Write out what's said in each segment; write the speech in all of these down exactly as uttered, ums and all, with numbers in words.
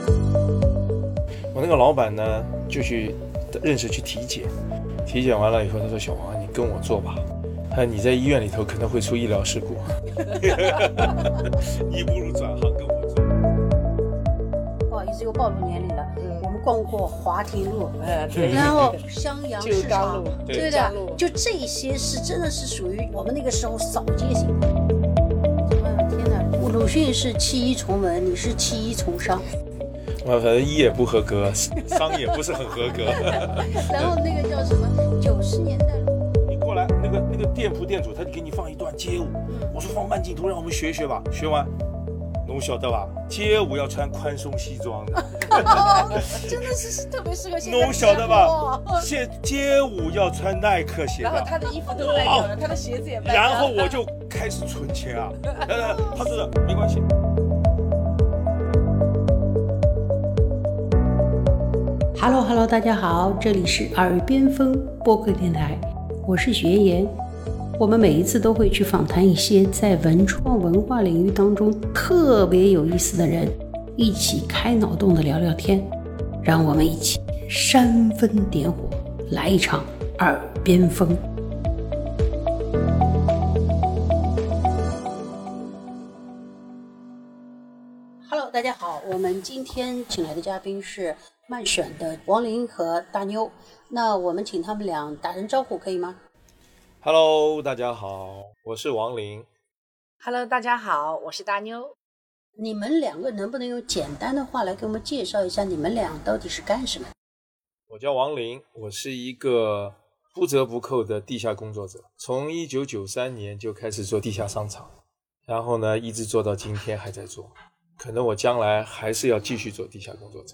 我那个老板呢，就去认识去体检，体检完了以后，他说：“小王，你跟我做吧，他你在医院里头可能会出医疗事故，你不如转行跟我做。” 不好意思，又暴露年龄了。 嗯、 我们逛过华亭路， 嗯、对， 然后襄阳市场， 对的，就这些是真的是属于我们那个时候扫街型的。哎呀天哪！鲁迅是弃医从文，你是弃医从商。 反正医也不合格，商也不是很合格。 然后那个叫什么？九十年代， 你过来，那个那个店铺店主他就给你放一段街舞，我说放慢镜头让我们学学吧，学完，侬晓得吧？街舞要穿宽松西装的， 哦、真的是特别适合现在。 侬晓得吧？现街舞要穿耐克鞋的， 然后他的衣服都卖掉了，他的鞋子也卖掉了。 然后我就开始存钱啊，呃，他说的没关系。 Hello Hello， 大家好，这里是耳边风播客电台，我是学言。我们每一次都会去访谈一些在文创文化领域当中特别有意思的人，一起开脑洞的聊聊天，让我们一起煽风点火，来一场耳边风。Hello， 大家好，我们今天请来的嘉宾是漫选的王林和大妞，那我们请他们俩打声招呼可以吗？ Hello， 大家好，我是王林。 Hello， 大家好，我是大妞。 你们两个能不能用简单的话来给我们介绍一下你们俩到底是干什么？ 我叫王林，我是一个不折不扣的地下工作者，从一九九三年就开始做地下商场，然后呢一直做到今天还在做，可能我将来还是要继续做地下工作者。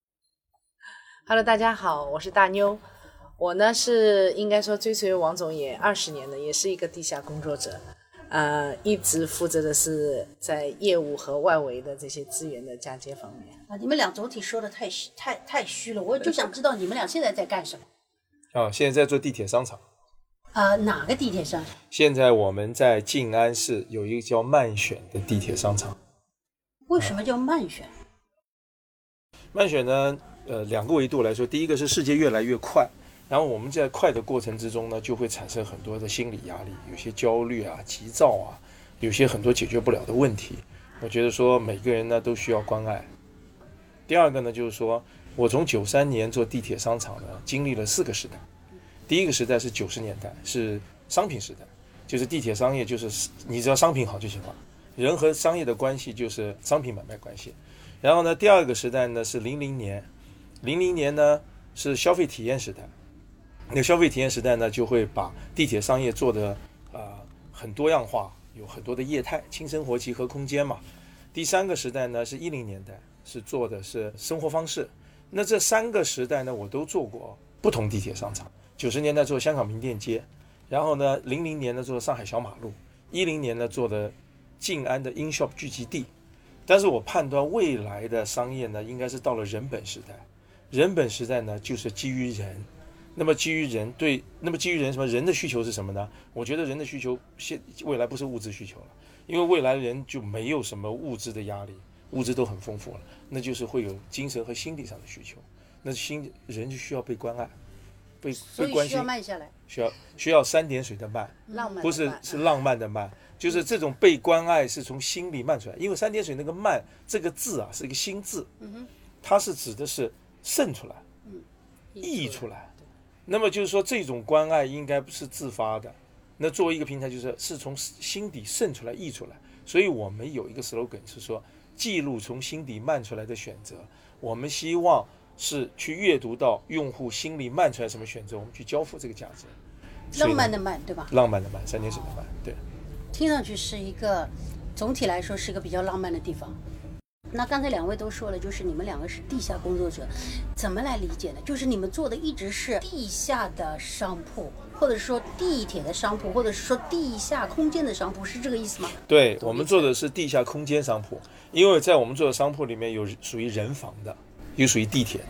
Hello， 大家好，我是大妞。我呢是应该说追随王总也二十年了，也是一个地下工作者，呃，一直负责的是在业务和外围的这些资源的嫁接方面。 啊，你们俩总体说的太太太虚了，我就想知道你们俩现在在干什么？ 啊，现在在做地铁商场。 啊、呃，哪个地铁商场？ 现在我们在静安市有一个叫漫选的地铁商场。 为什么叫漫选？ 漫选呢，呃，两个维度来说，第一个是世界越来越快。然后我们在快的过程之中呢，就会产生很多的心理压力，有些焦虑啊、急躁啊，有些很多解决不了的问题。我觉得说每个人呢都需要关爱。第二个呢，就是说我从九三年做地铁商场呢，经历了四个时代。第一个时代是九十年代，是商品时代，就是地铁商业，就是你只要商品好就行了，人和商业的关系就是商品买卖关系。然后呢，第二个时代呢是零零年，零零年呢是消费体验时代。那个消费体验时代呢，就会把地铁商业做的呃很多样化，有很多的业态，轻生活集合空间嘛。第三个时代呢是一零年代，是做的是生活方式。那这三个时代呢，我都做过不同地铁商场。九十年代做香港名店街，然后呢，零零年呢做上海小马路，一零年呢做的静安的 InShop 聚集地。但是我判断未来的商业呢，应该是到了人本时代。人本时代呢，就是基于人。那么基于人对，那么基于人什么？人的需求是什么呢？我觉得人的需求现未来不是物质需求了，因为未来人就没有什么物质的压力，物质都很丰富了，那就是会有精神和心理上的需求。那心人就需要被关爱，被被关心， 需要慢下来， 需要需要三点水的慢， 浪漫不是是浪漫的慢，就是这种被关爱是从心里慢出来。因为三点水那个慢这个字啊是一个心字， 嗯、 它是指的是渗出来， 嗯， 溢出来。那么就是说，这种关爱应该不是自发的。那作为一个平台，就是是从心底渗出来、溢出来。所以我们有一个 slogan 是说，记录从心底漫出来的选择。我们希望是去阅读到用户心里漫出来什么选择，我们去交付这个价值。 浪漫的漫，对吧？ 浪漫的漫，三点水的漫，对。 听上去是一个，总体来说是一个比较浪漫的地方。那刚才两位都说了，就是你们两个是地下工作者，怎么来理解呢？就是你们做的一直是地下的商铺，或者说地铁的商铺，或者是说地下空间的商铺，是这个意思吗？ 对，我们做的是地下空间商铺，因为在我们做的商铺里面有属于人房的，有属于地铁的，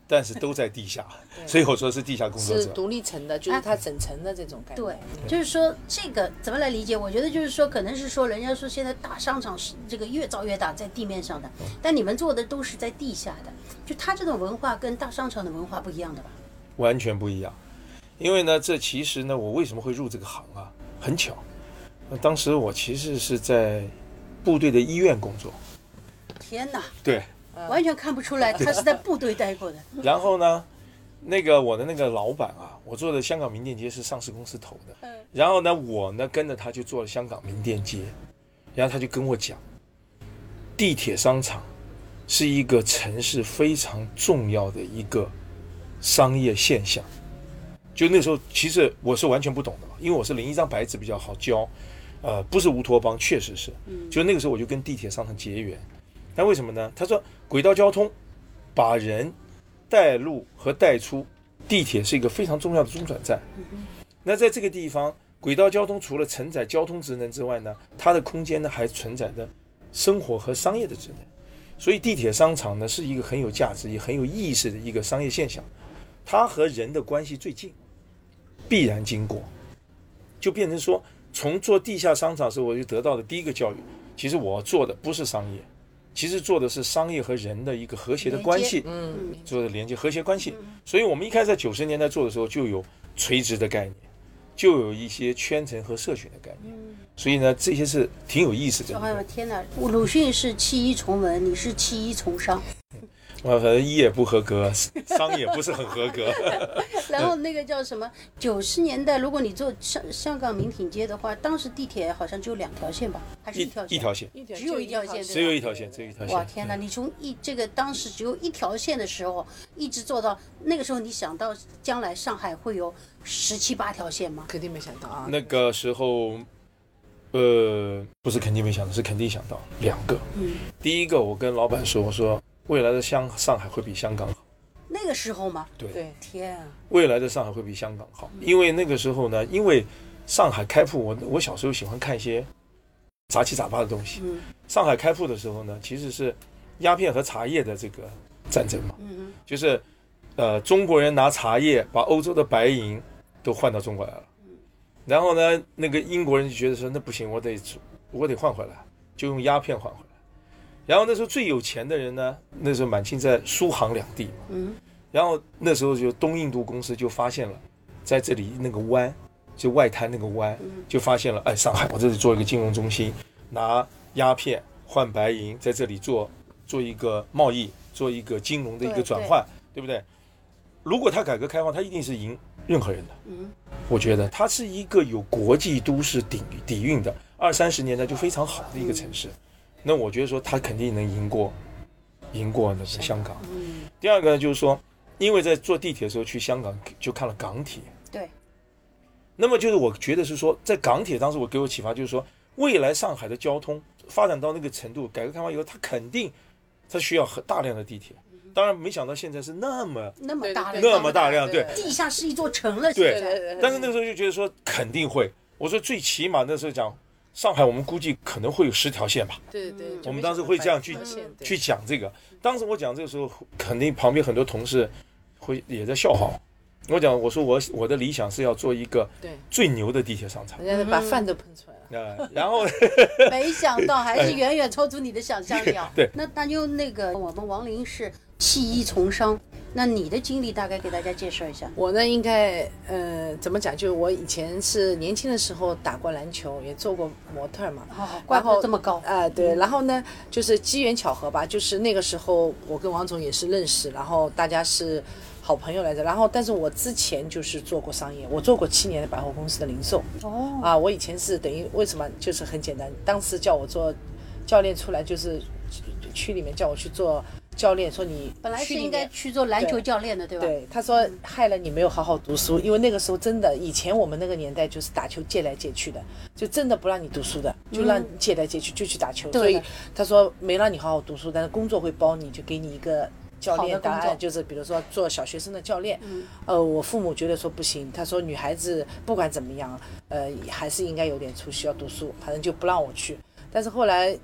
但是都在地下，所以我说是地下工作者， 是独立层的，就是它整层的这种概念。 对，就是说这个怎么来理解？我觉得就是说，可能是说人家说现在大商场是这个越造越大，在地面上的，但你们做的都是在地下的，就它这种文化跟大商场的文化不一样的吧？ 完全不一样。因为呢，这其实呢，我为什么会入这个行啊？很巧，当时我其实是在部队的医院工作。 天哪！ 对， 完全看不出来他是在部队待过的。 然后呢，那个我的那个老板啊，我做的香港名店街是上市公司投的。 嗯。 然后呢，我呢跟着他就做了香港名店街，然后他就跟我讲，地铁商场是一个城市非常重要的一个商业现象。就那时候，其实我是完全不懂的嘛，因为我是领一张白纸比较好教，呃，不是乌托邦，确实是。就那个时候我就跟地铁商场结缘。那为什么呢？他说轨道交通把人带入和带出，地铁是一个非常重要的中转站。那在这个地方，轨道交通除了承载交通职能之外呢，它的空间呢还存在着生活和商业的职能。所以地铁商场呢是一个很有价值也很有意识的一个商业现象，它和人的关系最近，必然经过，就变成说，从做地下商场的时候我就得到的第一个教育，其实我做的不是商业，其实做的是商业和人的一个和谐的关系， 嗯， 做的连接和谐关系。所以我们一开始在九十年代做的时候就有垂直的概念，就有一些圈层和社群的概念，所以呢这些是挺有意思的。 哎呦天哪，鲁迅是弃医从文，你是弃医从商。 我反正医也不合格，商也不是很合格。 然后那个叫什么？九十年代，如果你做香香港名品街的话，当时地铁好像只有两条线吧，还是一条线？ 一条线， 只有一条线， 只有一条线，只有一条线。 哇天哪！你从一这个当时只有一条线的时候，一直做到那个时候，你想到将来上海会有十七八条线吗？ 肯定没想到啊。 那个时候，呃，不是肯定没想到，是肯定想到两个。嗯，第一个我跟老板说，我说未来的香上海会比香港好。 那个时候吗？ 对对， 天啊！ 未来的上海会比香港好，因为那个时候呢，因为上海开埠，我我小时候喜欢看一些杂七杂八的东西。嗯，上海开埠的时候呢，其实是鸦片和茶叶的这个战争嘛。嗯，就是呃中国人拿茶叶把欧洲的白银都换到中国来了。然后呢，那个英国人就觉得说那不行，我得我得换回来，就用鸦片换回来。然后那时候最有钱的人呢，那时候满清在苏杭两地嘛，嗯，然后那时候就东印度公司就发现了，在这里那个湾，就外滩那个湾，就发现了，哎，上海我这里做一个金融中心，拿鸦片换白银，在这里做做一个贸易，做一个金融的一个转换， 对, 对, 对不对？如果他改革开放，他一定是赢任何人的，嗯，我觉得它是一个有国际都市底底蕴的，二三十年代就非常好的一个城市。嗯，那我觉得说他肯定能赢过，赢过那个香港。嗯。第二个呢，就是说，因为在坐地铁的时候去香港就看了港铁。 对。 那么就是我觉得是说，在港铁当时我给我启发就是说，未来上海的交通发展到那个程度，改革开放以后，它肯定它需要很大量的地铁。当然没想到现在是那么那么大量， 那么大量，对， 地下是一座城了。 对，但是那个时候就觉得说肯定会。我说最起码那时候讲。上海我们估计可能会有十条线吧， 对对， 我们当时会这样去去讲这个。当时我讲这个时候，肯定旁边很多同事会也在笑话我。我讲，我说我我的理想是要做一个最牛的地铁商场， 人家把饭都喷出来了。呃、然后没想到还是远远超出你的想象力啊！ 对， 那那就那个我们王林是弃医从商。那你的经历大概给大家介绍一下。 我呢，应该呃怎么讲？就我以前是年轻的时候打过篮球，也做过模特嘛。 哦，怪不得这么高啊、呃！对，然后呢，就是机缘巧合吧，就是那个时候我跟王总也是认识，然后大家是好朋友来着。然后，但是我之前就是做过商业，我做过七年的百货公司的零售。哦。啊，我以前是等于为什么？就是很简单，当时叫我做教练出来，就是区里面叫我去做。教练说你本来是应该去做篮球教练的， 对, 对吧？对，他说害了你没有好好读书，因为那个时候真的，以前我们那个年代就是打球借来借去的，就真的不让你读书的，就让你借来借去就去打球。嗯、所以他说没让你好好读书，但是工作会包你，就给你一个教练答案，就是比如说做小学生的教练。嗯、呃，我父母觉得说不行，他说女孩子不管怎么样，呃，还是应该有点出息，要读书，反正就不让我去。但是后来。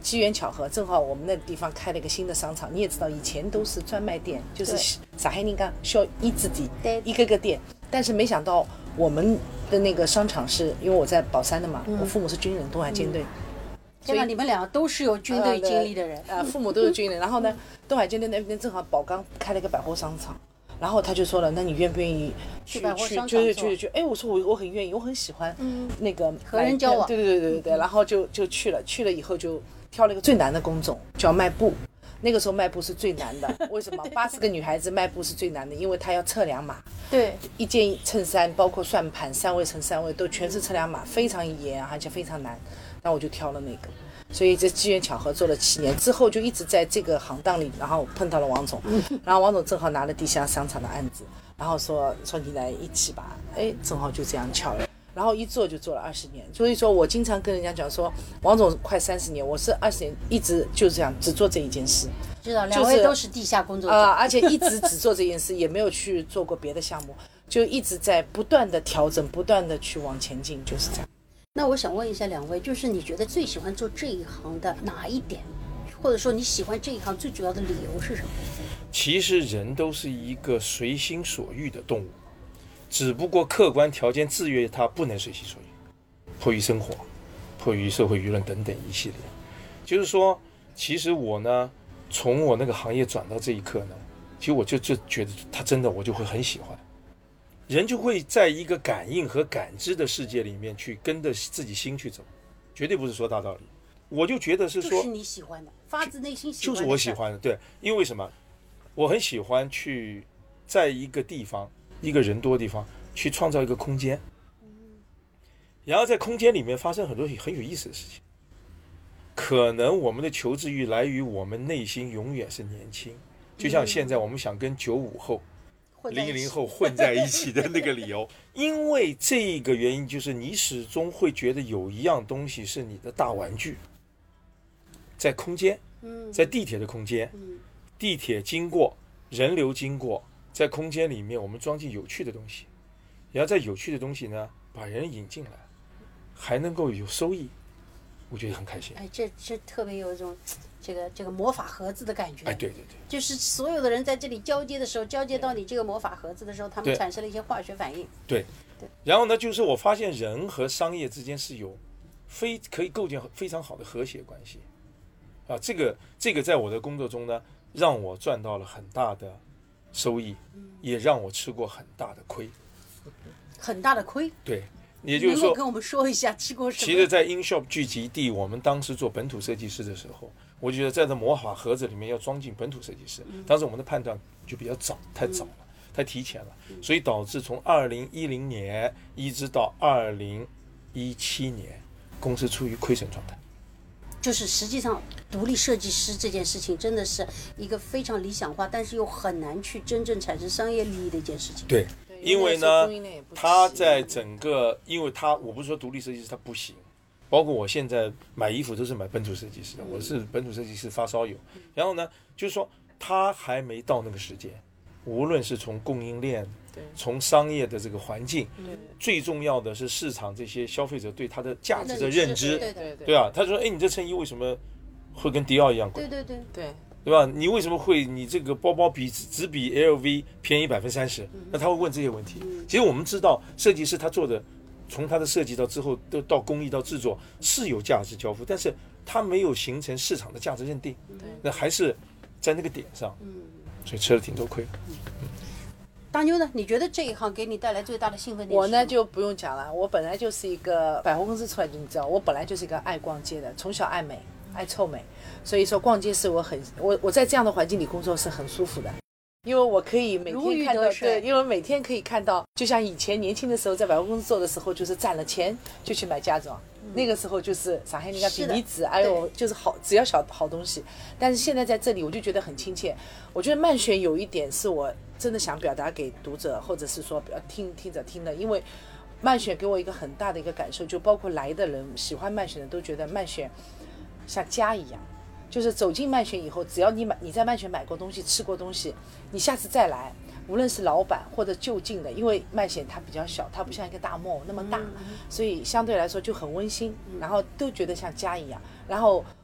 机缘巧合，正好我们那个地方开了一个新的商场。你也知道，以前都是专卖店，就是上海人讲需要一支店，一个个店。但是没想到我们的那个商场是因为我在宝山的嘛，嗯、我父母是军人，东海舰队。 天哪，你们两个都是有军队经历的人啊、呃，父母都是军人。然后呢，东海舰队那边正好宝钢开了一个百货商场。然后他就说了，那你愿不愿意去百货商场去？就是去哎，我说我我很愿意，我很喜欢那个和人交往。 对对对对对对。然后就就去了，去了以后就挑了一个最难的工种，叫卖布。那个时候卖布是最难的，为什么？八十个女孩子卖布是最难的，因为她要测量码。 对。 一件衬衫，包括算盘，三位乘三位都全是测量码，非常严，而且非常难。那我就挑了那个。所以这机缘巧合做了七年之后，就一直在这个行当里，然后碰到了王总，然后王总正好拿了地下商场的案子，然后说说你来一起吧，哎，正好就这样巧了，然后一做就做了二十年。所以说我经常跟人家讲说，王总快三十年，我是二十年一直就这样只做这一件事。 知道两位都是地下工作者啊、呃，而且一直只做这件事，也没有去做过别的项目，就一直在不断的调整，不断的去往前进，就是这样。 那我想问一下两位，就是你觉得最喜欢做这一行的哪一点，或者说你喜欢这一行最主要的理由是什么？ 其实人都是一个随心所欲的动物，只不过客观条件制约它不能随心所欲，迫于生活，迫于社会舆论等等一系列。就是说，其实我呢，从我那个行业转到这一刻呢，其实我就就觉得它真的我就会很喜欢。人就会在一个感应和感知的世界里面去跟着自己心去走，绝对不是说大道理。我就觉得是说， 就是你喜欢的，发自内心喜欢的， 就是我喜欢的。对，因为什么？我很喜欢去在一个地方，一个人多的地方去创造一个空间，然后在空间里面发生很多很有意思的事情。可能我们的求知欲来于我们内心永远是年轻，就像现在我们想跟九五后。零零后混在一起的那个理由，因为这个原因，就是你始终会觉得有一样东西是你的大玩具，在空间，在地铁的空间，地铁经过，人流经过，在空间里面我们装进有趣的东西，然后在有趣的东西呢，把人引进来，还能够有收益，我觉得很开心。 哎，这这特别有一种这个这个魔法盒子的感觉。 哎，对对对， 就是所有的人在这里交接的时候，交接到你这个魔法盒子的时候，他们产生了一些化学反应。 对，对。然后呢，就是我发现人和商业之间是有非可以构建非常好的和谐关系啊。这个这个在我的工作中呢，让我赚到了很大的收益，也让我吃过很大的亏。 很大的亏。 对。也就是说， 能够跟我们说一下吃过什么？ 其实，在 InShop 聚集地，我们当时做本土设计师的时候，我觉得在这魔法盒子里面要装进本土设计师，当时我们的判断就比较早，太早了，太提前了，所以导致从二零一零年一直到二零一七年，公司处于亏损状态。 就是实际上，独立设计师这件事情真的是一个非常理想化，但是又很难去真正产生商业利益的一件事情。 对。因为呢，他在整个，因为他我不是说独立设计师他不行，包括我现在买衣服都是买本土设计师的，我是本土设计师发烧友。然后呢，就是说他还没到那个时间，无论是从供应链，从商业的这个环境，最重要的是市场这些消费者对它的价值的认知， 对对对吧？他说，哎，你这衬衣为什么会跟迪奥一样贵？ 对对对对。 对吧？你为什么会你这个包包比只比 L V 便宜百分之三十？那他会问这些问题。其实我们知道，设计师他做的，从他的设计到之后都到工艺到制作是有价值交付，但是他没有形成市场的价值认定，那还是在那个点上，所以吃了挺多亏。 大妞呢？你觉得这一行给你带来最大的兴奋点？ 我呢就不用讲了，我本来就是一个百货公司出来的，你知道，我本来就是一个爱逛街的，从小爱美。爱臭美，所以说逛街是我很我我在这样的环境里工作是很舒服的，因为我可以每天看到，对，因为每天可以看到，就像以前年轻的时候在百货公司做的时候，就是攒了钱就去买家装，嗯、那个时候就是上海人家比尼子，哎呦就是好，只要小好东西。但是现在在这里我就觉得很亲切。我觉得漫选有一点是我真的想表达给读者或者是说听听者听的，因为漫选给我一个很大的一个感受，就包括来的人喜欢漫选的都觉得漫选像家一样，就是走进漫选以后，只要你买你在漫选买过东西吃过东西，你下次再来，无论是老板或者就近的，因为漫选它比较小，它不像一个大 mall 那么大，所以相对来说就很温馨，然后都觉得像家一样。然后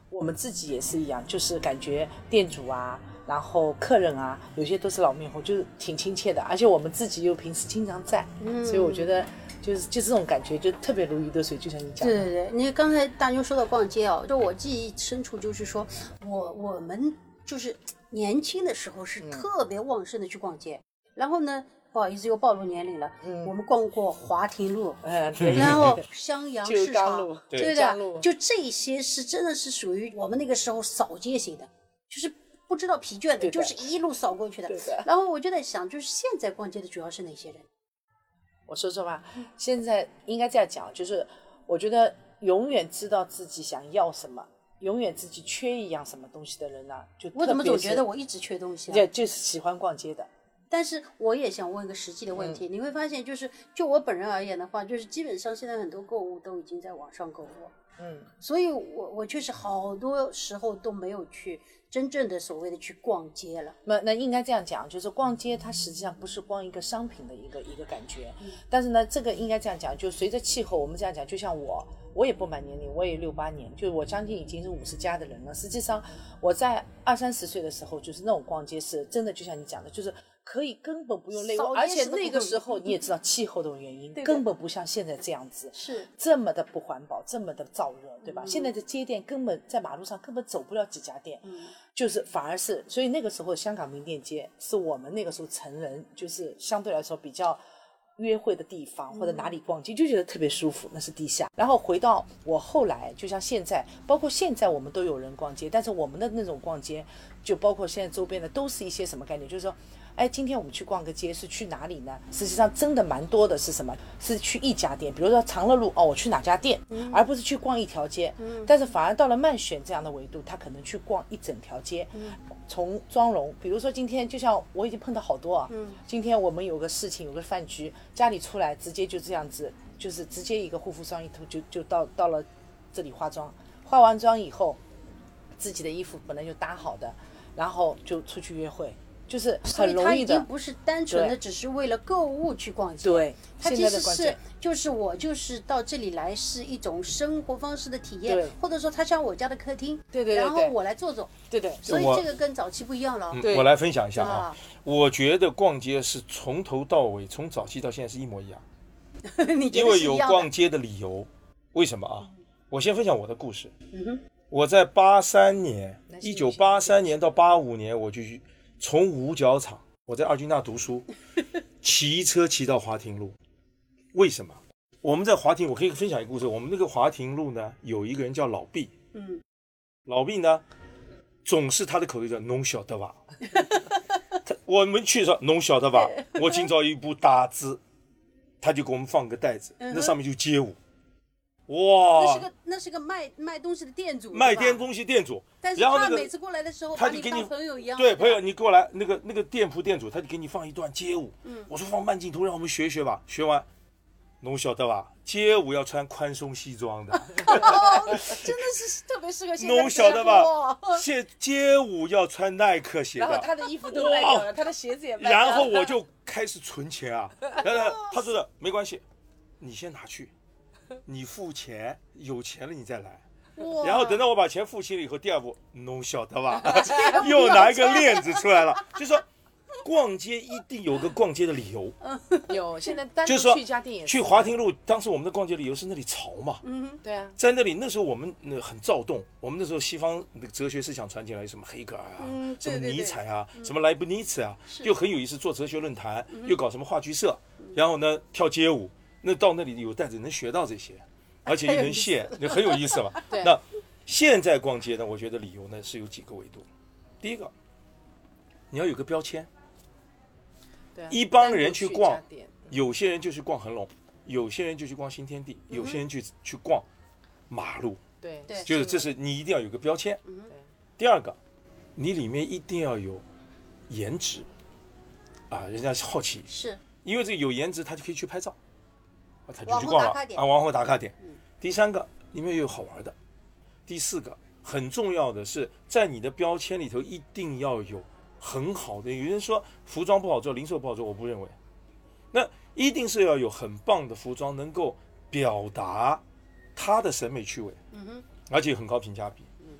我们自己也是一样，就是感觉店主啊，然后客人啊，有些都是老面孔，就是挺亲切的，而且我们自己又平时经常在，嗯，所以我觉得就是就这种感觉就特别如鱼得水，就像你讲的。 对对对，你刚才大妞说到逛街哦，就我记忆深处就是说，我我们就是年轻的时候是特别旺盛的去逛街，嗯、然后呢。不好意思，又暴露年龄了。嗯，我们逛过华亭路， 嗯，对， 然后襄阳市场， 对的，就这些是真的是属于我们那个时候扫街型的，就是不知道疲倦的，就是一路扫过去的。 对的。 然后我就在想，就是现在逛街的主要是哪些人？ 我说实话，现在应该这样讲，就是我觉得永远知道自己想要什么，永远自己缺一样什么东西的人呢、啊，就我怎么总觉得我一直缺东西、啊？ 就就是喜欢逛街的。 但是我也想问一个实际的问题，嗯、你会发现，就是就我本人而言的话，就是基本上现在很多购物都已经在网上购物，嗯，所以我我确实好多时候都没有去真正的所谓的去逛街了。 那那应该这样讲，就是逛街它实际上不是光一个商品的一个一个感觉，嗯、但是呢，这个应该这样讲，就随着气候，我们这样讲，就像我。我也不满年龄，我也六八年，就是我将近已经是五十加的人了。实际上，我在二三十岁的时候，就是那种逛街是真的，就像你讲的，就是可以根本不用累，而且那个时候你也知道气候的原因，根本不像现在这样子， 是这么的不环保，这么的燥热，对吧？嗯、现在的街店根本在马路上根本走不了几家店，嗯、就是反而是，所以那个时候香港名店街是我们那个时候成人就是相对来说比较。约会的地方或者哪里逛街就觉得特别舒服，那是地下。然后回到我后来，就像现在，包括现在我们都有人逛街，但是我们的那种逛街，就包括现在周边的都是一些什么概念，就是说，哎，今天我们去逛个街是去哪里呢？实际上真的蛮多的是什么？是去一家店，比如说长乐路，哦，我去哪家店，嗯、而不是去逛一条街。嗯、但是反而到了曼选这样的维度，他可能去逛一整条街。嗯、从妆容，比如说今天就像我已经碰到好多啊，嗯、今天我们有个事情，有个饭局。家里出来直接就这样子，就是直接一个护肤霜一涂就就到到了这里化妆，化完妆以后，自己的衣服本来就搭好的，然后就出去约会，就是很容易的。 所以他已经不是单纯的只是为了购物去逛街， 对， 他其实是就是我就是到这里来是一种生活方式的体验，或者说他像我家的客厅， 对对对， 然后我来坐坐， 对对， 所以这个跟早期不一样了。 嗯、我来分享一下啊，我觉得逛街是从头到尾，从早期到现在是一模一样。因为有逛街的理由，为什么啊？嗯、我先分享我的故事。嗯哼，我在八三年，一九八三年到八五年，我就从五角场，我在二军大读书，骑车骑到华亭路。为什么？我们在华亭，我可以分享一个故事。我们那个华亭路呢，有一个人叫老毕。嗯，老毕呢，总是他的口头叫侬晓得吧？我们去的时候，侬晓得吧？我今朝一部大字。他就给我们放个袋子，嗯、那上面就街舞，哇！ 那是个那是个卖卖东西的店主， 卖店东西店主。 但是他每次过来的时候， 他就给你朋友一样。 对，朋友，你过来，那个那个店铺店主，他就给你放一段街舞。嗯，我说放慢镜头，让我们学一学吧。学完，侬晓得吧？街舞要穿宽松西装的。 哦，真的是特别适合现在。 侬晓得吧？现街舞要穿耐克鞋的。 然后他的衣服都卖掉了，他的鞋子也卖掉了。然后我就开始存钱啊。然后他说的没关系，你先拿去，你付钱，有钱了你再来。然后等到我把钱付清了以后，第二步，侬晓得吧？又拿一个链子出来了，就说。逛街一定有个逛街的理由， 有现在单独去一家店也是去华亭路。当时我们的逛街理由是那里潮嘛， 嗯，对啊， 在那里那时候我们很躁动，我们那时候西方那个哲学思想传进来，什么黑格尔啊， 嗯、 什么尼采啊，嗯、什么莱布尼茨啊，就很有意思，做哲学论坛，嗯、又搞什么话剧社，然后呢跳街舞，那到那里有带着能学到这些，而且又能现，就很有意思嘛。那现在逛街呢，我觉得理由呢是有几个维度，第一个，你要有个标签。一帮人去逛，有些人就去逛恒隆，有些人就去逛新天地，嗯、有些人就去逛马路。 对， 就是这是你一定要有个标签。嗯、第二个，你里面一定要有颜值啊，人家好奇， 是因为这个有颜值，他就可以去拍照，他就去逛了啊，网红打卡点。嗯、第三个，里面有好玩的。第四个，很重要的是，在你的标签里头一定要有。很好的，有人说服装不好做，零售不好做，我不认为。那一定是要有很棒的服装，能够表达他的审美趣味，嗯哼，而且很高评价比。嗯、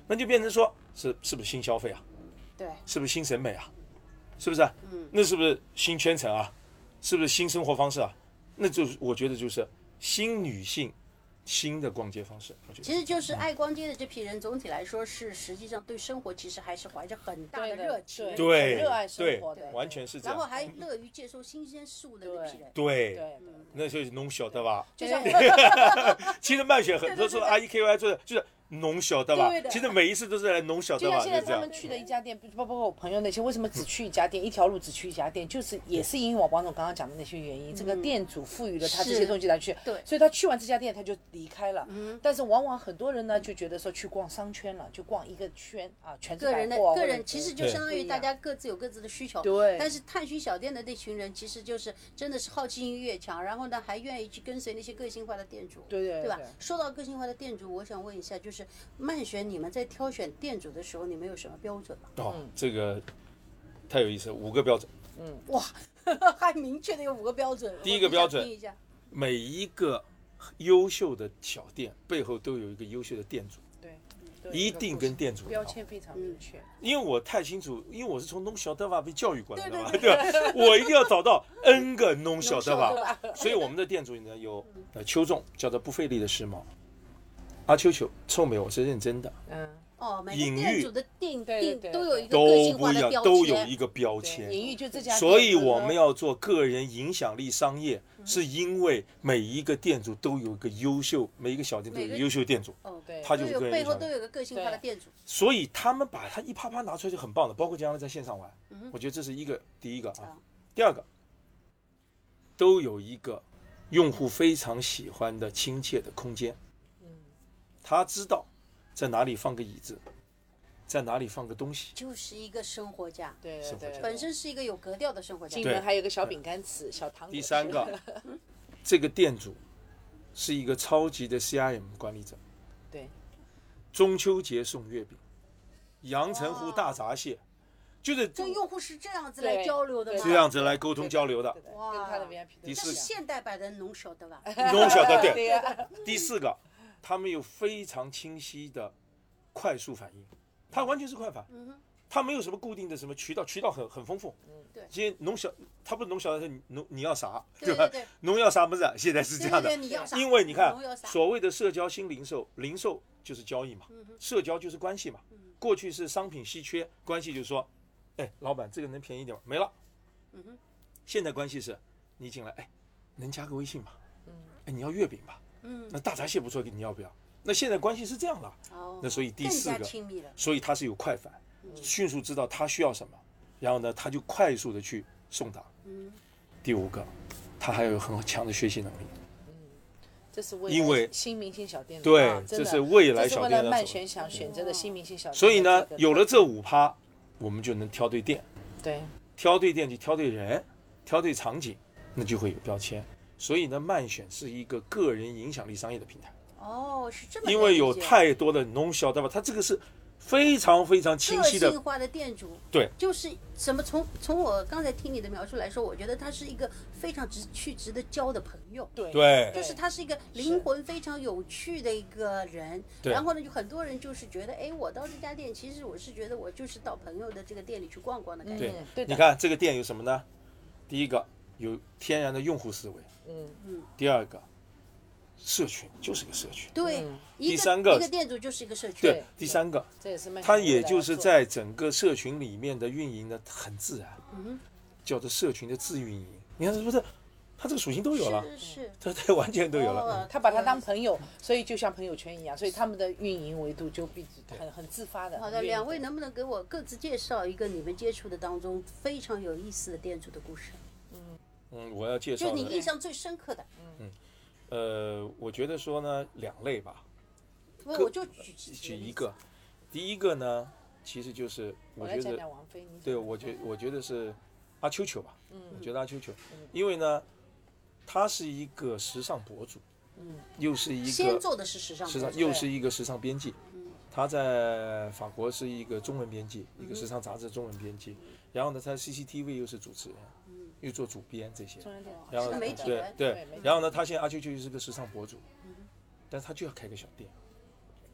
那就变成说是是不是新消费啊？ 对， 是不是新审美啊？是不是、啊？嗯，那是不是新圈层啊？是不是新生活方式啊？那就是我觉得就是新女性新的逛街方式。我觉得其实就是爱逛街的这批人，总体来说是实际上对生活其实还是怀着很大的热情， 对， 热爱生活的， 完全是这样。 然后还乐于接受新鲜事物的那批人。 对， 对， 那就是侬晓得吧？ 就像其实漫选很多说 R E K Y 做的就是侬晓得吧对？的其实每一次都是来侬晓得吧？ 就像现在就这样他们去的一家店，包括我朋友那些，为什么只去一家店，一条路只去一家店，就是也是因为王总刚刚讲的那些原因，这个店主赋予了他这些东西来去， 对， 所以他去完这家店他就离开了。但是往往很多人呢就觉得说去逛商圈了，就逛一个圈啊，全是个人的百货啊个人，其实就相当于对大家各自有各自的需求。 对但是探寻小店的那群人，其实就是真的是好奇心越强，然后呢还愿意去跟随那些个性化的店主。 对对对吧对？ 说到个性化的店主，我想问一下，就是漫选你们在挑选店主的时候，你们有什么标准吗？ 哦，这个太有意思了，五个标准。 哇，还明确的有五个标准。 第一个标准我听一下。 每一个优秀的小店背后都有一个优秀的店主， 对， 一定跟店主标签非常明确。 因为我太清楚，因为我是从侬晓得吧被教育过来的嘛，对吧？我一定要找到 N 个侬晓得吧，所以我们的店主呢有呃邱仲，叫做不费力的时髦，阿秋秋臭美，我是认真的， 嗯， 哦，每隐喻个店主的定对对对定都有一个都个性不一样， 化的标都有签。 一个标签。 隐喻就这家店， 所以我们要做个人影响力商业，是因为每一个店主都有一个优秀，每一个小店都有一个优秀店主， 哦， 对他就是都有个人影响力。 背后都有个个性化的店主。 所以他们把它一啪啪拿出来就很棒的，包括将来在线上玩，我觉得这是一个第一个啊。第二个，都有一个用户非常喜欢的亲切的空间，他知道在哪里放个椅子，在哪里放个东西， 就是一个生活家， 对对对， 本身是一个有格调的生活家进。门还有个小饼干吃，小糖果。 第三个，这个店主是一个超级的 C R M 管理者。 对， 中秋节送月饼，阳澄湖大闸蟹，就是跟用户是这样子来交流的吗？ 这样子来沟通交流的。 哇跟他的 V I P 第四这是现代版的侬晓得吧？ 侬晓得对。 对呀， 第四个，他们有非常清晰的快速反应，他完全是快反。他没有什么固定的什么渠道，渠道很很丰富。 对今天侬晓，他不是侬晓得是侬你要啥， 对吧？ 对对侬要啥不是？现在是这样的对对对你要啥， 因为你看侬要啥所谓的社交新零售，零售就是交易嘛，社交就是关系嘛。过去是商品稀缺，关系就是说，哎，老板这个能便宜一点吗？没了。现在关系是，你进来，哎，能加个微信吗？哎，你要月饼吧？那大闸蟹不错，你要不要？那现在关系是这样的， 哦那所以第四更加个亲密了。 所以他是有快反，迅速知道他需要什么，然后呢，他就快速的去送达。第五个，他还有很强的学习能力。 这是为因为新明星小店的对啊真的这是未来小店这是为了要走漫选想选择的新明星小店的所以呢这，个有了这五趴，我们就能挑对店， 对挑对店就挑对人，挑对场景，那就会有标签。所以呢，漫选是一个个人影响力商业的平台， 哦，是这么因为有理解太多的侬晓得吧？它这个是非常非常清晰的个性，化的店主， 对， 就是什么？从从我刚才听你的描述来说，我觉得他是一个非常值去值得交的朋友。 对对就是他是一个灵魂非常有趣的一个人， 对然后呢，就很多人就是觉得，哎，我到这家店，其实我是觉得我就是到朋友的这个店里去逛逛的感觉。 对嗯对的你看这个店有什么呢？第一个有天然的用户思维， 嗯嗯。 第二个，社群就是个社群， 对，一第三个一个店主就是一个社区。 对，第三个， 这也是漫选它未来也就是要做在整个社群里面的运营呢很自然， 嗯叫做社群的自运营。你看是不是？它这个属性都有了， 是是。 它它完全都有了。 哦他把它当朋友，所以就像朋友圈一样，所以他们的运营维度就比很很自发的。 好的， 很愿意两位能不能给我各自介绍一个你们接触的当中非常有意思的店主的故事？ 嗯，我要介绍就你的， 印象最深刻的。 呃，我觉得说呢，两类吧， 不，我就举几举一个。第一个呢，其实就是我来讲我觉得， 讲王菲，你对我觉我觉得是阿秋秋吧，嗯，我觉得阿秋秋，因为呢，他是一个时尚博主，嗯，又是一个先做的是时尚博主， 时尚，又是一个时尚编辑。他在法国是一个中文编辑，一个时尚杂志的中文编辑。然后呢，他 C C T V 又是主持人，又做主编这些。 中央电视然后是媒体对人对对媒体， 然后呢，他现在阿秋秋又是个时尚博主，但是他就要开个小店。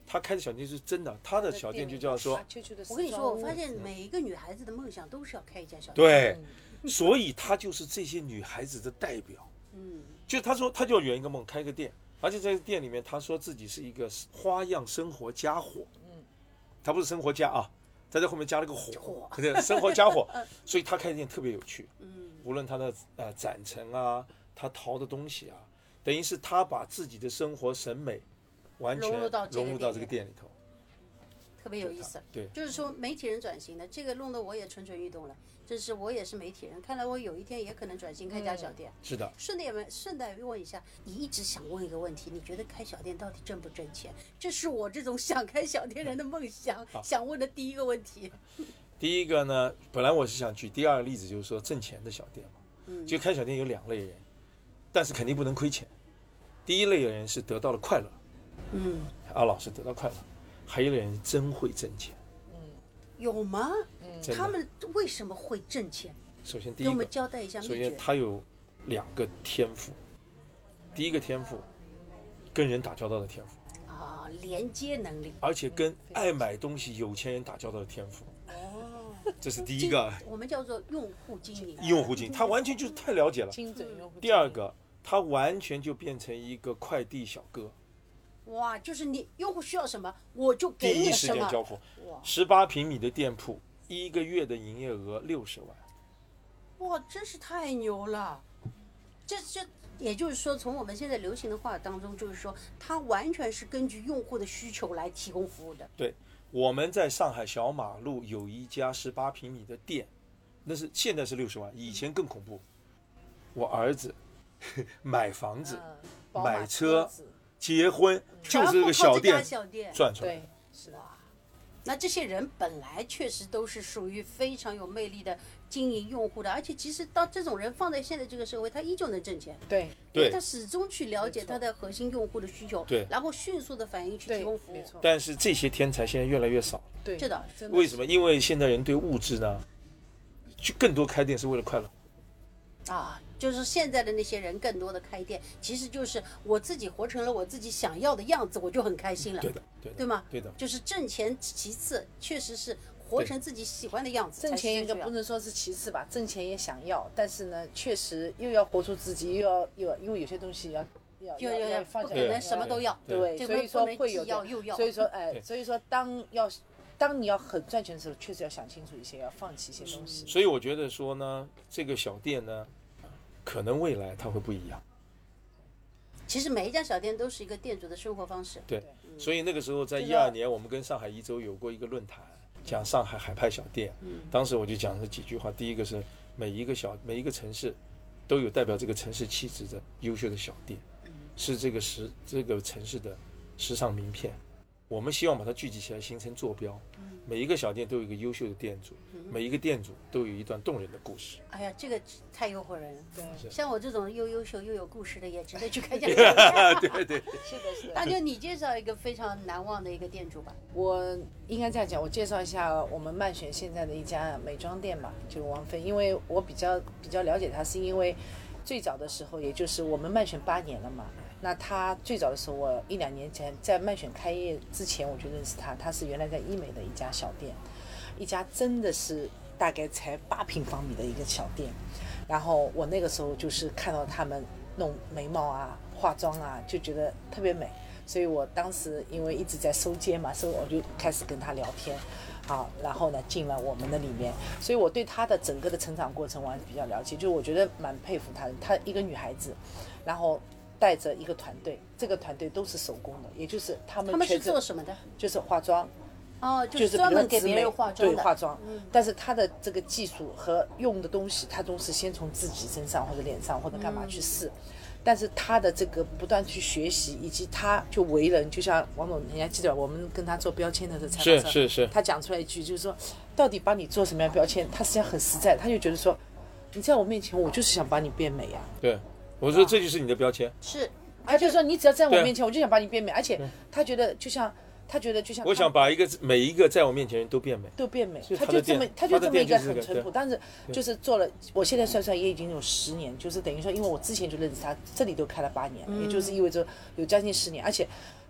他开的小店是真的，他的小店就叫做， 我跟你说，我发现每一个女孩子的梦想都是要开一家小店。 对，所以他就是这些女孩子的代表。 嗯， 就他说他就要圆一个梦，开一个店，而且在这个店里面，他说自己是一个花样生活家伙。嗯，他不是生活家啊，在这后面加了个火，对，生活家伙。所以他开的店特别有趣。嗯，无论他的呃展陈啊，他淘的东西啊，等于是他把自己的生活审美完全融入到融入到这个店里头。 特别有意思， 对， 就是说媒体人转型的这个弄得我也蠢蠢欲动了。这是我也是媒体人，看来我有一天也可能转型开家小店。 嗯、是的。 顺便问，顺带问一下，你一直想问一个问题，你觉得开小店到底挣不挣钱？这是我这种想开小店人的梦想，想问的第一个问题。 第一个呢，本来我是想举第二个例子，就是说挣钱的小店嘛。嗯。就开小店有两类人，但是肯定不能亏钱。第一类的人是得到了快乐。嗯。阿老师得到快乐。还有的人真会挣钱， 嗯，有吗？嗯，他们为什么会挣钱？ 首先，第一个， 给我们交代一下秘诀。 首先，他有两个天赋，第一个天赋，跟人打交道的天赋啊，连接能力， 而且跟爱买东西有钱人打交道的天赋。哦，这是第一个。 我们叫做用户经理。 用户经理，他完全就是太了解了。 精准用户。 第二个，他完全就变成一个快递小哥。 哇，就是你用户需要什么，我就给你什么。 第一时间交付。十八平米的店铺，一个月的营业额六十万。 哇，真是太牛了！这这也就是说，从我们现在流行的话当中，就是说，它完全是根据用户的需求来提供服务的。 对，我们在上海小马路有一家十八平米的店，那是现在是六十万，以前更恐怖。我儿子买房子、 嗯、 买车。结婚就是这个小店赚出来， 对，是的。那这些人本来确实都是属于非常有魅力的经营用户的，而且其实到这种人放在现在这个社会，他依旧能挣钱。 对， 对， 他始终去了解他的核心用户的需求， 对， 然后迅速的反应去提供服务。 但是这些天才现在越来越少。 对， 是的。 为什么？因为现在人对物质呢，就更多开店是为了快乐。 啊，就是现在的那些人更多的开店，其实就是我自己活成了我自己想要的样子，我就很开心了。 对的，对的， 对吗？ 对的， 就是挣钱其次，确实是活成自己喜欢的样子。 挣钱应该不能说是其次吧，挣钱也想要，但是呢，确实又要活出自己，又要又因为有些东西要要要要放下， 不可能什么都要。 对，所以说会有要又要。 所以说哎，所以说当要。当你要很赚钱的时候，确实要想清楚一些，要放弃一些东西。 所以我觉得说呢，这个小店呢，可能未来它会不一样。 其实每一家小店都是一个店主的生活方式。 对，嗯、所以那个时候在一二年，我们跟上海一周有过一个论坛，讲上海海派小店。嗯，当时我就讲了几句话，第一个是每一个小每一个城市都有代表这个城市气质的优秀的小店，嗯、是这个时这个城市的时尚名片。我们希望把它聚集起来，形成坐标。嗯、每一个小店都有一个优秀的店主，嗯、每一个店主都有一段动人的故事。 哎呀，这个太诱惑人了。 对， 像我这种又优秀又有故事的，也值得去开家小店。 对对， 是的，是的。 那就你介绍一个非常难忘的一个店主吧。 我应该这样讲，我介绍一下我们漫选现在的一家美妆店吧，就是王菲。因为我比较比较了解她，是因为最早的时候，也就是我们漫选八年了嘛。那他最早的时候，我一两年前在漫选开业之前我就认识他，他是原来在医美的一家小店，一家真的是大概才八平方米的一个小店。然后我那个时候就是看到他们弄眉毛啊、化妆啊，就觉得特别美，所以我当时因为一直在收街嘛，所以我就开始跟他聊天，好，然后呢进了我们的里面，所以我对他的整个的成长过程我还是比较了解，就我觉得蛮佩服他的。她一个女孩子，然后带着一个团队，这个团队都是手工的，也就是他们他们是做什么的？ 就是化妆。 哦，就是专门给别人化妆的。 对，化妆。嗯。但是他的这个技术和用的东西，他都是先从自己身上或者脸上或者干嘛去试。嗯、但是他的这个不断去学习，以及他就为人，就像王总，你还记得我们跟他做标签的时候采访上， 是是是， 他讲出来一句，就是说，到底帮你做什么样标签？他实际上很实在，他就觉得说，你在我面前，我就是想把你变美呀、啊。 对。我说这就是你的标签， 是， 他就说你只要在我面前，我就想把你变美，而且他觉得就像他觉得就像我想把一个每一个在我面前人都变美， 都变美，他就这么他就这么一个很淳朴，但是就是做了，我现在算算也已经有十年，就是等于说，因为我之前就认识他，这里都开了八年，也就是意味着有将近十年，而且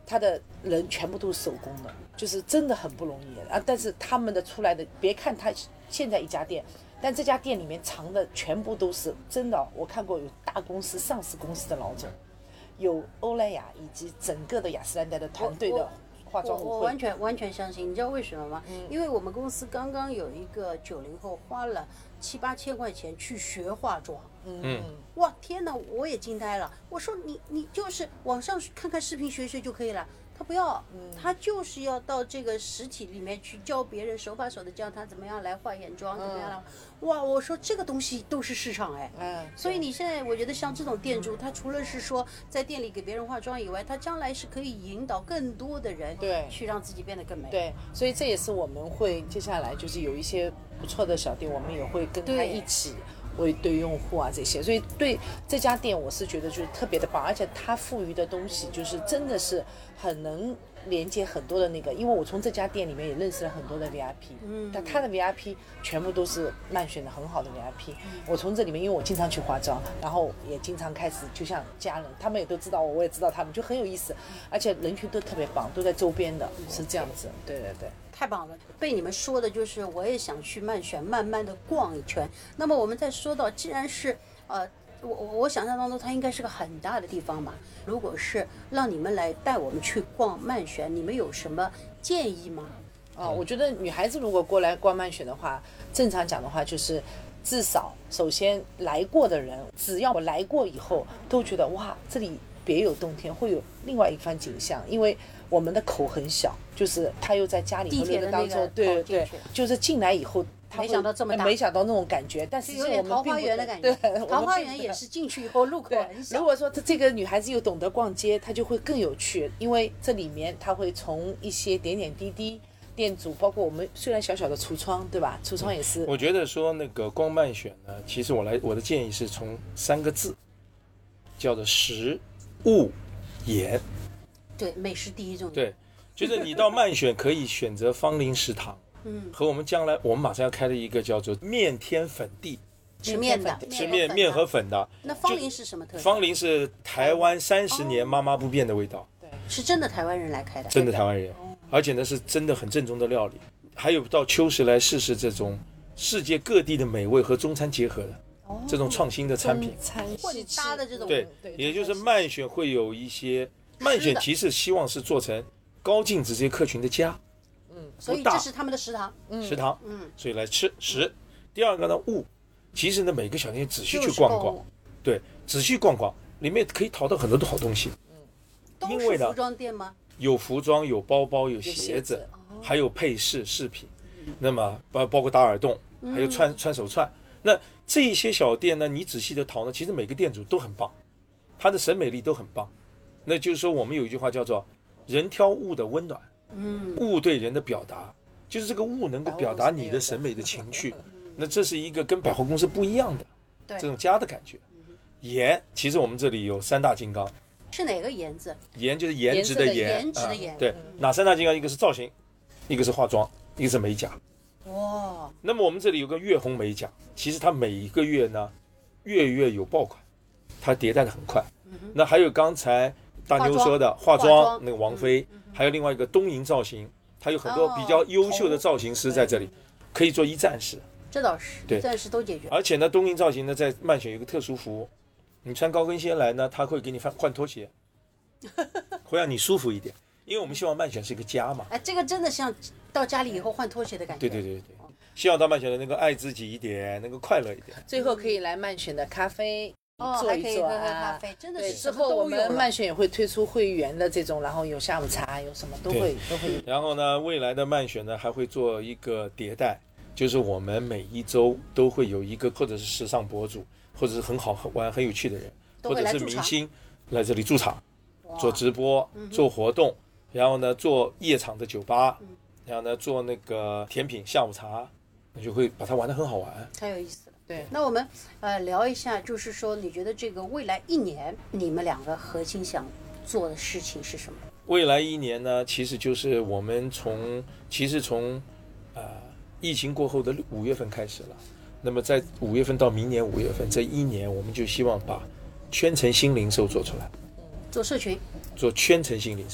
他的人全部都是手工的，就是真的很不容易啊。但是他们的出来的，别看他现在一家店，但这家店里面藏的全部都是真的。我看过有大公司、上市公司的老总，有欧莱雅以及整个的雅诗兰黛的团队的化妆舞会。 我我完全完全相信，你知道为什么吗？嗯、因为我们公司刚刚有一个九零后花了七八千块钱去学化妆。 嗯， 哇，天哪，我也惊呆了。我说你你就是网上看看视频学学就可以了。他不要，他就是要到这个实体里面去教别人，手把手的教他怎么样来画眼妆，怎么样来。哇，我说这个东西都是市场哎。 嗯。 所以你现在我觉得像这种店主，他除了是说在店里给别人化妆以外，他将来是可以引导更多的人对去让自己变得更美。 对，所以这也是我们会接下来就是有一些不错的小店，我们也会跟他一起。为对用户啊这些，所以对这家店我是觉得就是特别的棒，而且它赋予的东西就是真的是很能连接很多的那个，因为我从这家店里面也认识了很多的 V I P， 嗯，但他的 V I P 全部都是曼选的很好的 V I P，嗯、我从这里面，因为我经常去化妆，然后也经常开始就像家人，他们也都知道我，我也知道他们，就很有意思，而且人群都特别棒，都在周边的，是这样子，对对对。 太棒了，被你们说的就是我也想去曼选慢慢的逛一圈。那么我们再说到，既然是呃，我我想象当中它应该是个很大的地方嘛。如果是让你们来带我们去逛曼选，你们有什么建议吗？ 哦，我觉得女孩子如果过来逛曼选的话，正常讲的话就是至少首先来过的人，只要我来过以后都觉得哇，这里别有洞天，会有另外一番景象，因为我们的口很小，就是他又在家里头那个当中，对对，就是进来以后，他没想到这么大， 没想到那种感觉，但是有点桃花源的感觉。 对， 桃花源也是进去以后入口很小。 如果说这个女孩子又懂得逛街，她就会更有趣，因为这里面她会从一些点点滴滴。店主包括我们虽然小小的橱窗，对吧？橱窗也是。 我觉得说那个逛曼选呢，其实我来我的建议是从三个字，叫做食物盐。 对，美食第一重要。 对，就是你到曼选可以选择芳林食堂，嗯，和我们将来我们马上要开的一个叫做面天粉地， 吃面的， 吃面面和粉的。 那芳林是什么特色？ 芳林是台湾三十年妈妈不变的味道， 对，是真的台湾人来开的， 真的台湾人，而且呢是真的很正宗的料理。还有到秋实来试试这种世界各地的美味和中餐结合的。这种创新的产品， 混搭的这种， 对，也就是曼选会有一些，曼选其实希望是做成高净值这些客群的家， 嗯，所以这是他们的食堂， 食堂，嗯，所以来吃食。第二个呢，物，其实呢每个小店仔细去逛逛，对，仔细逛逛，里面可以淘到很多的好东西， 嗯，因为呢，服装店吗？ 有服装，有包包，有鞋子，还有配饰饰品，那么包包括打耳洞，还有穿穿手串，那。这一些小店呢，你仔细的淘呢，其实每个店主都很棒，他的审美力都很棒。那就是说，我们有一句话叫做“人挑物的温暖”，嗯，物对人的表达，就是这个物能够表达你的审美的情绪。那这是一个跟百货公司不一样的这种家的感觉。颜，其实我们这里有三大金刚， 是哪个颜字？ 颜就是颜值的颜， 颜值的颜。 对，哪三大金刚？一个是造型，一个是化妆，一个是美甲。 哇， 那么我们这里有个月红美甲，其实它每一个月呢，月月有爆款，它迭代的很快。嗯、那还有刚才大妞说的化妆，化妆那个王菲，嗯嗯、还有另外一个东瀛造型，它有很多比较优秀的造型师在这里，哦、可以做一站式。 这倒是，对，一站式都解决。 而且呢，东瀛造型呢，在曼选有一个特殊服务，你穿高跟鞋来呢，他会给你换换拖鞋，会让你舒服一点。因为我们希望曼选是一个家嘛， 哎，这个真的像到家里以后换拖鞋的感觉。 对对对对，希望到曼选的能够爱自己一点，能够快乐一点。 最后可以来曼选的咖啡， 哦， 坐一坐还可以喝喝咖啡，真的是之后我们曼选也会推出会员的这种，然后有下午茶，有什么都会都会有。 然后呢，未来的曼选呢还会做一个迭代，就是我们每一周都会有一个或者是时尚博主，或者是很好玩很有趣的人，或者是明星来这里驻场，做直播，做活动。然后呢，做夜场的酒吧，然后呢，做那个甜品下午茶，你就会把它玩得很好玩， 太有意思了。 对， 那我们呃聊一下，就是说，你觉得这个未来一年你们两个核心想做的事情是什么？ 未来一年呢，其实就是我们从其实从呃疫情过后的五月份开始了，那么在五月份到明年五月份这一年，我们就希望把圈层新零售做出来， 做社群， 做圈层新零售。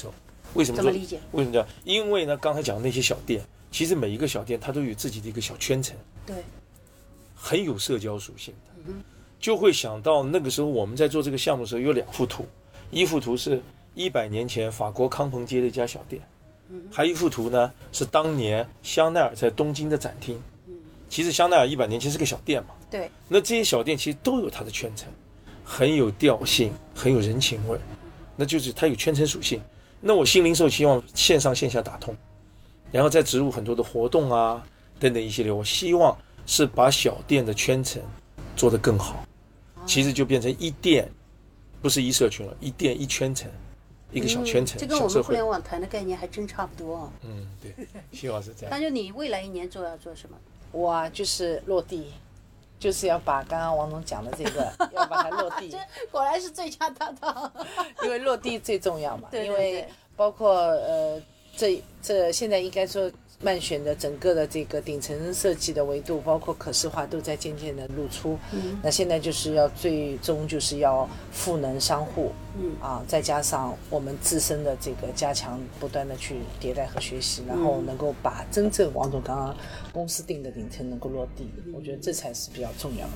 为什么怎么理解？ 为什么这样？因为呢，刚才讲的那些小店，其实每一个小店它都有自己的一个小圈层， 对， 很有社交属性的， 嗯、 就会想到那个时候我们在做这个项目的时候有两幅图，一幅图是一百年前法国康朋街的一家小店，嗯、还有一幅图呢是当年香奈儿在东京的展厅。嗯、其实香奈儿一百年前是个小店嘛， 对， 那这些小店其实都有它的圈层，很有调性，很有人情味，那就是它有圈层属性。那我新零售希望线上线下打通，然后再植入很多的活动啊等等一系列，我希望是把小店的圈层做得更好，其实就变成一店，不是一社群了，一店一圈层，一个小圈层。 嗯、这跟我们互联网谈的概念还真差不多哦。 嗯，对，希望是这样。 那就你未来一年做要做什么？ 我啊，就是落地。就是要把刚刚王总讲的这个，要把它落地。 果然是最佳搭档， 因为落地最重要嘛。 对对对， 因为包括呃，这这现在应该说漫选的整个的这个顶层设计的维度，包括可视化都在渐渐的露出。嗯。那现在就是要最终就是要赋能商户，嗯啊，再加上我们自身的这个加强，不断的去迭代和学习，然后能够把真正王总刚刚公司定的顶层能够落地，我觉得这才是比较重要的。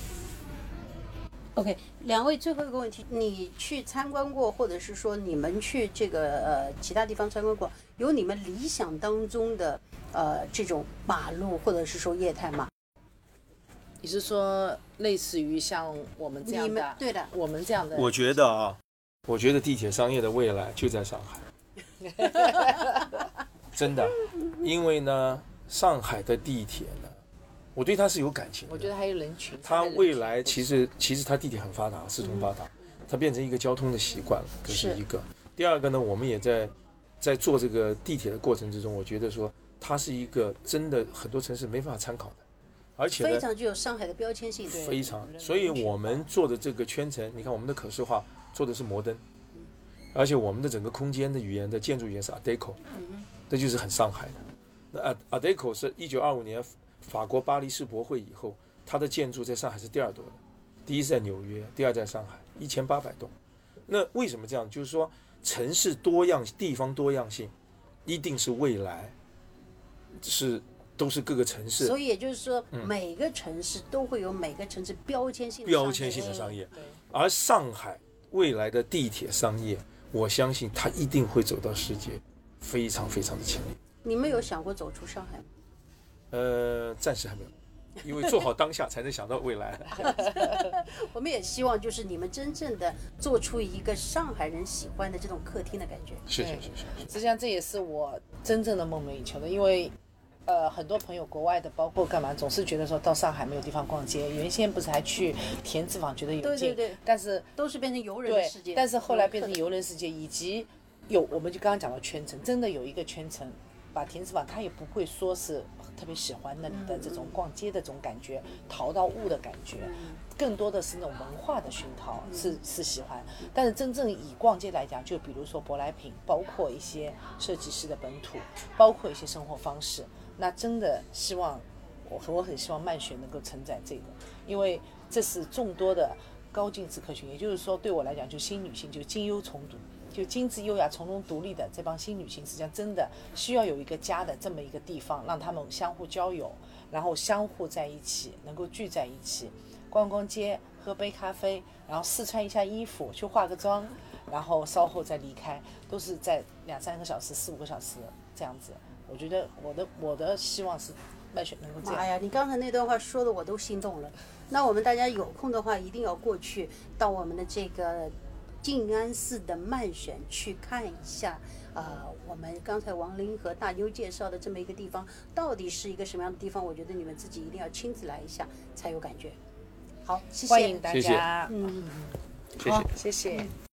OK， 两位最后一个问题，你去参观过，或者是说你们去这个呃其他地方参观过，有你们理想当中的呃这种马路或者是说业态吗？ 你是说类似于像我们这样的？ 对的， 我们这样的。 我觉得啊，我觉得地铁商业的未来就在上海，真的，因为呢，上海的地铁呢。我对它是有感情的， 我觉得还有人群。 它未来其实其实它地铁很发达，四通八达，它变成一个交通的习惯了，这是一个。第二个呢，我们也在在做这个地铁的过程之中，我觉得说它是一个真的很多城市没办法参考的，而且呢非常具有上海的标签性， 非常。所以我们做的这个圈层，你看我们的可视化做的是摩登，而且我们的整个空间的语言的建筑语言是 Art Deco， 这就是很上海的。那 Art Deco 是一九二五年。法国巴黎世博会以后，它的建筑在上海是第二多的，第一是在纽约，第二在上海，一千八百栋。那为什么这样？就是说城市多样、地方多样性，一定是未来是都是各个城市。 所以也就是说，嗯、每个城市都会有每个城市标签性的标签性的商业。而上海未来的地铁商业，我相信它一定会走到世界非常非常的前列。 你们有想过走出上海吗？ 呃，暂时还没有，因为做好当下才能想到未来。 我们也希望就是你们真正的做出一个上海人喜欢的这种客厅的感觉。 是是是是。 实际上这也是我真正的梦寐以求的，因为呃很多朋友国外的，包括干嘛，总是觉得说到上海没有地方逛街。原先不是还去田子坊觉得有劲， 对对对，但是都是变成游人的世界。 但是后来变成游人世界，以及有我们就刚刚讲到圈层，真的有一个圈层。把田子坊他也不会说是特别喜欢那里的这种逛街的这种感觉，淘到物的感觉，更多的是那种文化的熏陶，是是喜欢。但是真正以逛街来讲，就比如说舶来品，包括一些设计师的本土，包括一些生活方式，那真的希望我我很希望漫选能够承载这个，因为这是众多的高净值客群，也就是说对我来讲，就新女性就精优重组。就精致优雅从容独立的这帮新女性，实际上真的需要有一个家的这么一个地方，让他们相互交友，然后相互在一起，能够聚在一起，逛逛街，喝杯咖啡，然后试穿一下衣服，去化个妆，然后稍后再离开，都是在两三个小时、四五个小时这样子。我觉得我的我的希望是漫选能够这样。 哎呀，你刚才那段话说的我都心动了。那我们大家有空的话，一定要过去到我们的这个。静安寺的漫选去看一下，呃，我们刚才王林和大妞介绍的这么一个地方，到底是一个什么样的地方？我觉得你们自己一定要亲自来一下才有感觉。好，谢谢， 欢迎大家， 嗯， 好，谢谢。